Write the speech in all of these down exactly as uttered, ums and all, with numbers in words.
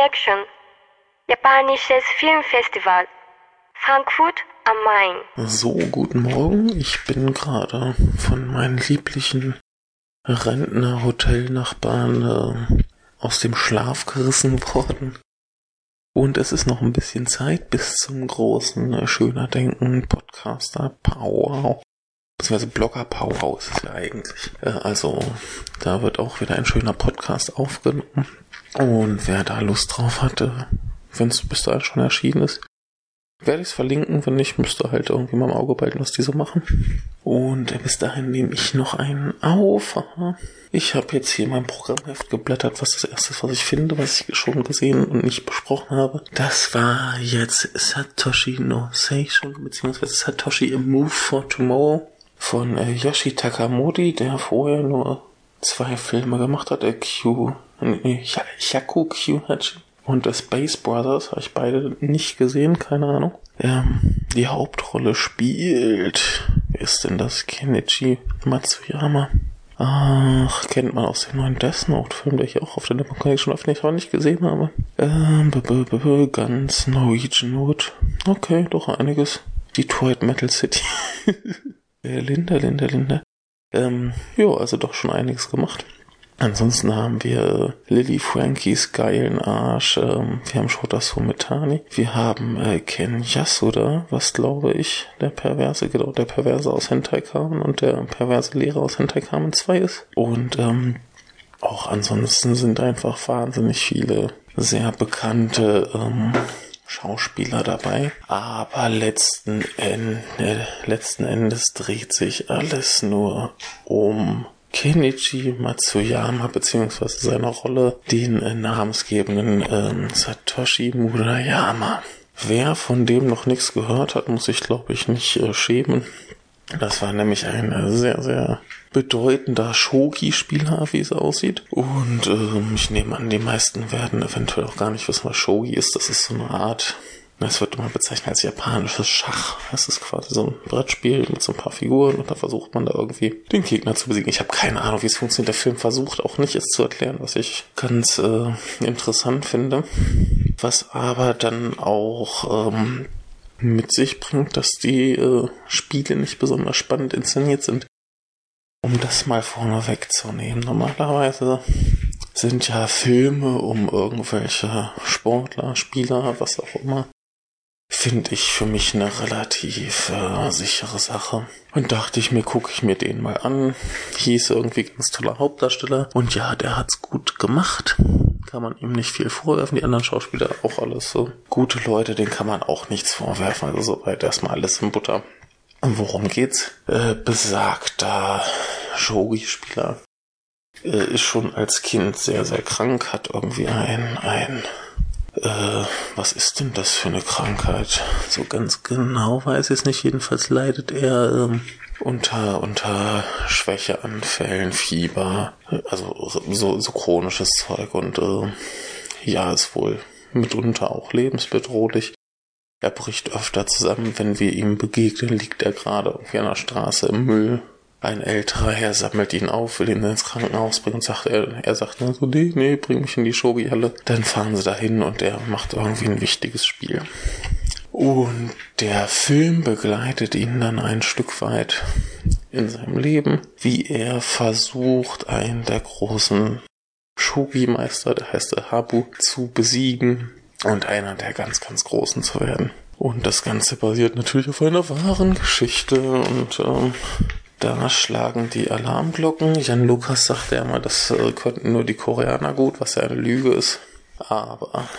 Connection, japanisches Filmfestival, Frankfurt am Main. So, guten Morgen. Ich bin gerade von meinen lieblichen Rentner-Hotel-Nachbarn äh, aus dem Schlaf gerissen worden. Und es ist noch ein bisschen Zeit bis zum großen äh, Schöner Denken Podcaster Powwow. Beziehungsweise Blogger Powwow ist es ja eigentlich. Äh, also, da wird auch wieder ein schöner Podcast aufgenommen. Und wer da Lust drauf hatte, wenn es bis dahin schon erschienen ist, werde ich es verlinken. Wenn nicht, müsste halt irgendwie mal im Auge behalten, was die so machen. Und äh, bis dahin nehme ich noch einen auf. Ich habe jetzt hier mein Programmheft geblättert, was das erste ist, was ich finde, was ich schon gesehen und nicht besprochen habe. Das war jetzt Satoshi no Seishun, beziehungsweise Satoshi A Move for Tomorrow von äh, Yoshi Takamori, der vorher nur zwei Filme gemacht hat. Äh, Q, äh, Hyaku Kyuhachi und The Space Brothers, habe ich beide nicht gesehen, keine Ahnung. Ähm, die Hauptrolle spielt, wer ist denn das? Kenichi Matsuyama. Ach, kennt man aus dem neuen Death Note-Film, der ich auch auf der Nippon Connection öffentlich auch nicht gesehen habe. Ähm, b -b -b -b ganz Norwegian Wood. Okay, doch einiges. Detroit Metal City. äh, Linda, Linda, Linda. Ähm, jo, also doch schon einiges gemacht. Ansonsten haben wir Lily Frankies geilen Arsch, ähm, wir haben Shota Sumetani, wir haben äh, Ken Yasuda, was glaube ich der Perverse, genau, der Perverse aus Hentai Kamen und der perverse Lehrer aus Hentai Kamen zwei ist. Und ähm, auch ansonsten sind einfach wahnsinnig viele sehr bekannte ähm, Schauspieler dabei. Aber letzten, Ende, letzten Endes dreht sich alles nur um Kenichi Matsuyama beziehungsweise seine Rolle, den äh, namensgebenden ähm, Satoshi Murayama. Wer von dem noch nichts gehört hat, muss sich, glaube ich, nicht äh, schämen. Das war nämlich ein äh, sehr, sehr bedeutender Shogi-Spieler, wie es aussieht. Und ähm, ich nehme an, die meisten werden eventuell auch gar nicht wissen, was Shogi ist. Das ist so eine Art... Es wird immer bezeichnet als japanisches Schach. Das ist quasi so ein Brettspiel mit so ein paar Figuren und da versucht man da irgendwie den Gegner zu besiegen. Ich habe keine Ahnung, wie es funktioniert. Der Film versucht auch nicht, es zu erklären, was ich ganz äh, interessant finde. Was aber dann auch ähm, mit sich bringt, dass die äh, Spiele nicht besonders spannend inszeniert sind. Um das mal vorne wegzunehmen. Normalerweise sind ja Filme um irgendwelche Sportler, Spieler, was auch immer, finde ich für mich eine relativ äh, sichere Sache. Und dachte ich mir, gucke ich mir den mal an. Hieß irgendwie ganz toller Hauptdarsteller. Und ja, der hat's gut gemacht. Kann man ihm nicht viel vorwerfen. Die anderen Schauspieler auch alles so gute Leute, denen kann man auch nichts vorwerfen. Also soweit erstmal alles in Butter. Und worum geht's? Äh, besagter Shogi-Spieler äh, ist schon als Kind sehr, sehr krank, hat irgendwie ein, ein Äh, was ist denn das für eine Krankheit? So ganz genau weiß ich es nicht. Jedenfalls leidet er ähm, unter unter Schwächeanfällen, Fieber, also so, so chronisches Zeug und äh, ja, ist wohl mitunter auch lebensbedrohlich. Er bricht öfter zusammen, wenn wir ihm begegnen, liegt er gerade irgendwie an der Straße im Müll. Ein älterer Herr sammelt ihn auf, will ihn ins Krankenhaus bringen und sagt, er, er sagt dann so, nee, nee, bring mich in die Shogi-Halle. Dann fahren sie dahin und er macht irgendwie ein wichtiges Spiel. Und der Film begleitet ihn dann ein Stück weit in seinem Leben, wie er versucht, einen der großen Shogi-Meister, der heißt Habu, zu besiegen und einer der ganz, ganz Großen zu werden. Und das Ganze basiert natürlich auf einer wahren Geschichte und ähm, da schlagen die Alarmglocken. Jan Lukas sagte ja mal, das äh, könnten nur die Koreaner gut, was ja eine Lüge ist. Aber,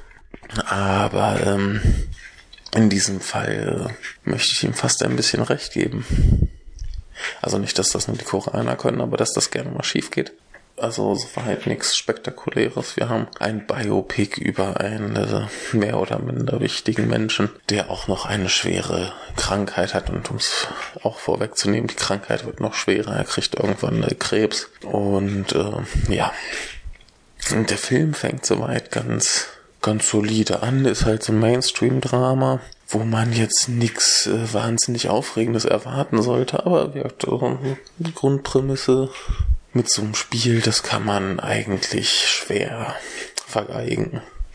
aber ähm, in diesem Fall äh, möchte ich ihm fast ein bisschen recht geben. Also nicht, dass das nur die Koreaner können, aber dass das gerne mal schief geht. Also es war halt nichts Spektakuläres. Wir haben ein Biopic über einen äh, mehr oder minder wichtigen Menschen, der auch noch eine schwere Krankheit hat. Und um es auch vorwegzunehmen, die Krankheit wird noch schwerer. Er kriegt irgendwann äh, Krebs. Und äh, ja, und der Film fängt soweit ganz, ganz solide an. Ist halt so ein Mainstream-Drama, wo man jetzt nichts äh, wahnsinnig Aufregendes erwarten sollte. Aber ja, die Grundprämisse mit so einem Spiel, das kann man eigentlich schwer vergeigen.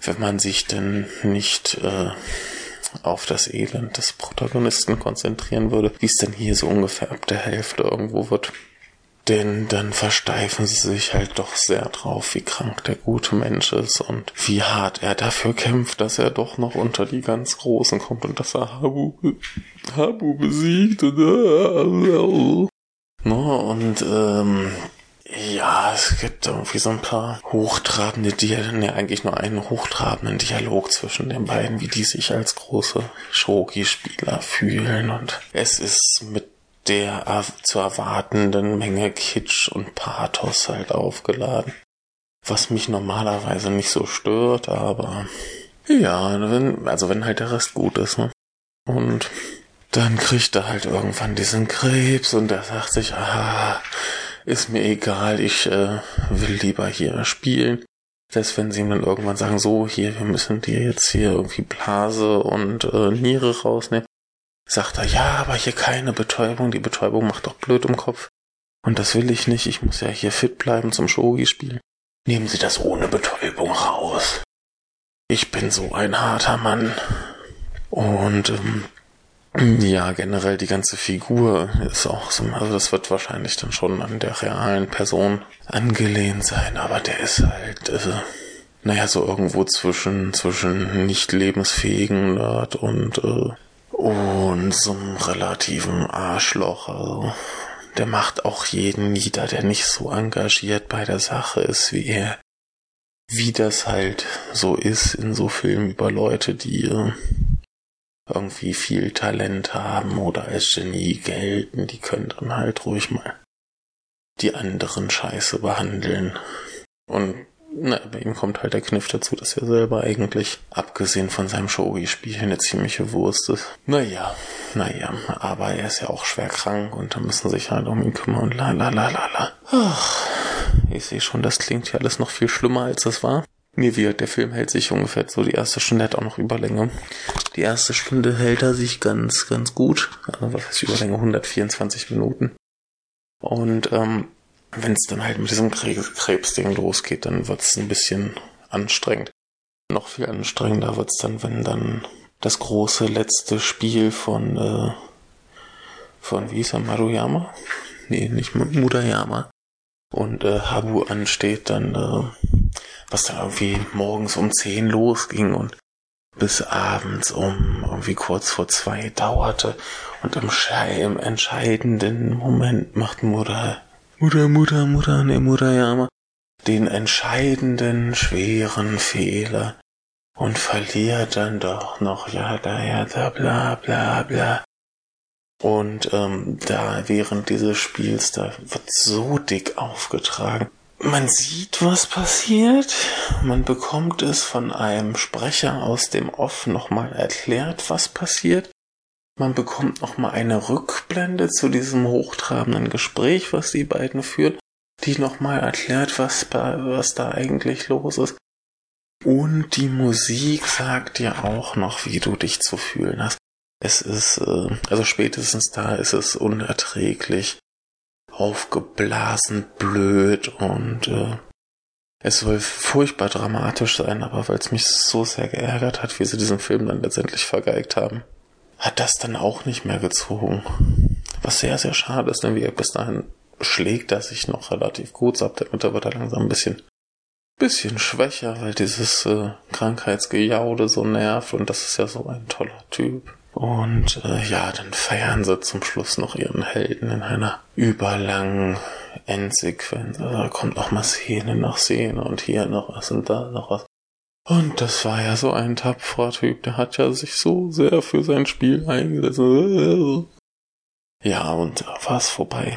wenn man sich denn nicht äh, auf das Elend des Protagonisten konzentrieren würde, wie es denn hier so ungefähr ab der Hälfte irgendwo wird. Denn dann versteifen sie sich halt doch sehr drauf, wie krank der gute Mensch ist und wie hart er dafür kämpft, dass er doch noch unter die ganz Großen kommt und dass er Habu, Habu besiegt. Und, no, und ähm, ja, es gibt irgendwie so ein paar hochtrabende Dialoge, ne, eigentlich nur einen hochtrabenden Dialog zwischen den beiden, wie die sich als große Shogi-Spieler fühlen. Und es ist mit der zu erwartenden Menge Kitsch und Pathos halt aufgeladen. Was mich normalerweise nicht so stört, aber ja, wenn, also wenn halt der Rest gut ist, ne? Und dann kriegt er halt irgendwann diesen Krebs und er sagt sich, ah, ist mir egal, ich äh, will lieber hier spielen. Selbst wenn sie ihm dann irgendwann sagen, so, hier, wir müssen dir jetzt hier irgendwie Blase und äh, Niere rausnehmen, sagt er, ja, aber hier keine Betäubung, die Betäubung macht doch blöd im Kopf. Und das will ich nicht, ich muss ja hier fit bleiben zum Shogi spielen. Nehmen Sie das ohne Betäubung raus. Ich bin so ein harter Mann. Und ähm, ja, generell die ganze Figur ist auch so, also das wird wahrscheinlich dann schon an der realen Person angelehnt sein, aber der ist halt, äh, naja, so irgendwo zwischen, zwischen nicht lebensfähigen Nerd und, äh, und so einem relativen Arschloch, also der macht auch jeden nieder, der nicht so engagiert bei der Sache ist wie er. Wie das halt so ist in so Filmen über Leute, die äh, irgendwie viel Talent haben oder als Genie gelten, die können dann halt ruhig mal die anderen scheiße behandeln. Und na, bei ihm kommt halt der Kniff dazu, dass er selber eigentlich, abgesehen von seinem Shogi-Spiel, eine ziemliche Wurst ist. Naja, naja, aber er ist ja auch schwer krank und da müssen sich halt um ihn kümmern und la la la la la. Ach, ich sehe schon, das klingt ja alles noch viel schlimmer, als es war. Mir wird, der Film hält sich ungefähr so, die erste Stunde hat auch noch Überlänge. Die erste Stunde hält er sich ganz, ganz gut. Also was heißt Überlänge? hundertvierundzwanzig Minuten. Und ähm, wenn es dann halt mit diesem Krebsding losgeht, dann wird es ein bisschen anstrengend. Noch viel anstrengender wird es dann, wenn dann das große letzte Spiel von, äh, von wie hieß er, Maruyama? Nee, nicht Murayama. Und äh, Habu ansteht, dann äh, was dann irgendwie morgens um zehn losging und bis abends um irgendwie kurz vor zwei dauerte. Und im, Schei- im entscheidenden Moment macht Mutter, Mutter, Mutter, Mutter, ne, Murayama den entscheidenden, schweren Fehler und verliert dann doch noch, ja, da, ja, da, bla, bla, bla. Und ähm, da während dieses Spiels, da wird so dick aufgetragen. Man sieht, was passiert. Man bekommt es von einem Sprecher aus dem Off nochmal erklärt, was passiert. Man bekommt nochmal eine Rückblende zu diesem hochtrabenden Gespräch, was die beiden führen, die nochmal erklärt, was, was da eigentlich los ist. Und die Musik sagt dir auch noch, wie du dich zu fühlen hast. Es ist, äh, also spätestens da ist es unerträglich, aufgeblasen, blöd und äh, es soll furchtbar dramatisch sein, aber weil es mich so sehr geärgert hat, wie sie diesen Film dann letztendlich vergeigt haben, hat das dann auch nicht mehr gezogen. Was sehr, sehr schade ist, denn wie er bis dahin schlägt er sich noch relativ gut, so ab der Mitte wird er langsam ein bisschen bisschen schwächer, weil dieses äh, Krankheitsgejaude so nervt und das ist ja so ein toller Typ. Und äh, ja, dann feiern sie zum Schluss noch ihren Helden in einer überlangen Endsequenz. Also da kommt noch mal Szene nach Szene und hier noch was und da noch was. Und das war ja so ein tapferer Typ, der hat ja sich so sehr für sein Spiel eingesetzt. Ja, und da war es vorbei.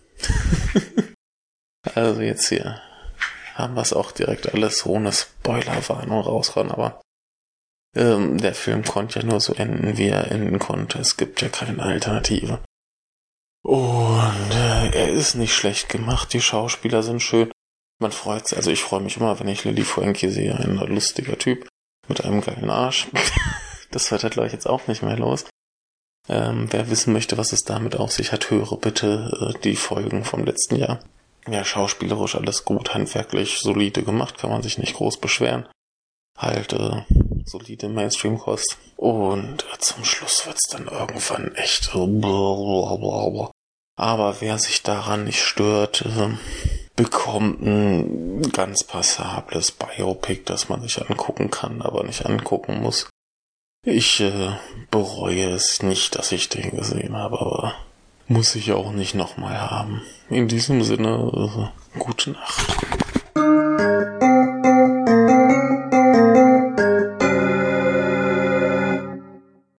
Also jetzt hier haben wir es auch direkt alles ohne Spoilerwarnung rausgehauen, aber ähm, der Film konnte ja nur so enden, wie er enden konnte. Es gibt ja keine Alternative. Und äh, er ist nicht schlecht gemacht, die Schauspieler sind schön. Man freut sich, also ich freue mich immer, wenn ich Lily Frankie sehe, ein lustiger Typ mit einem geilen Arsch. Das wird halt, glaube ich, jetzt auch nicht mehr los. Ähm, wer wissen möchte, was es damit auf sich hat, höre bitte äh, die Folgen vom letzten Jahr. Ja, schauspielerisch alles gut, handwerklich solide gemacht, kann man sich nicht groß beschweren. halt äh, solide Mainstream-Kost. Und äh, zum Schluss wird's dann irgendwann echt so blablabla. Aber wer sich daran nicht stört, äh, bekommt ein ganz passables Biopic, das man sich angucken kann, aber nicht angucken muss. Ich äh, bereue es nicht, dass ich den gesehen habe, aber muss ich auch nicht nochmal haben. In diesem Sinne, äh, gute Nacht.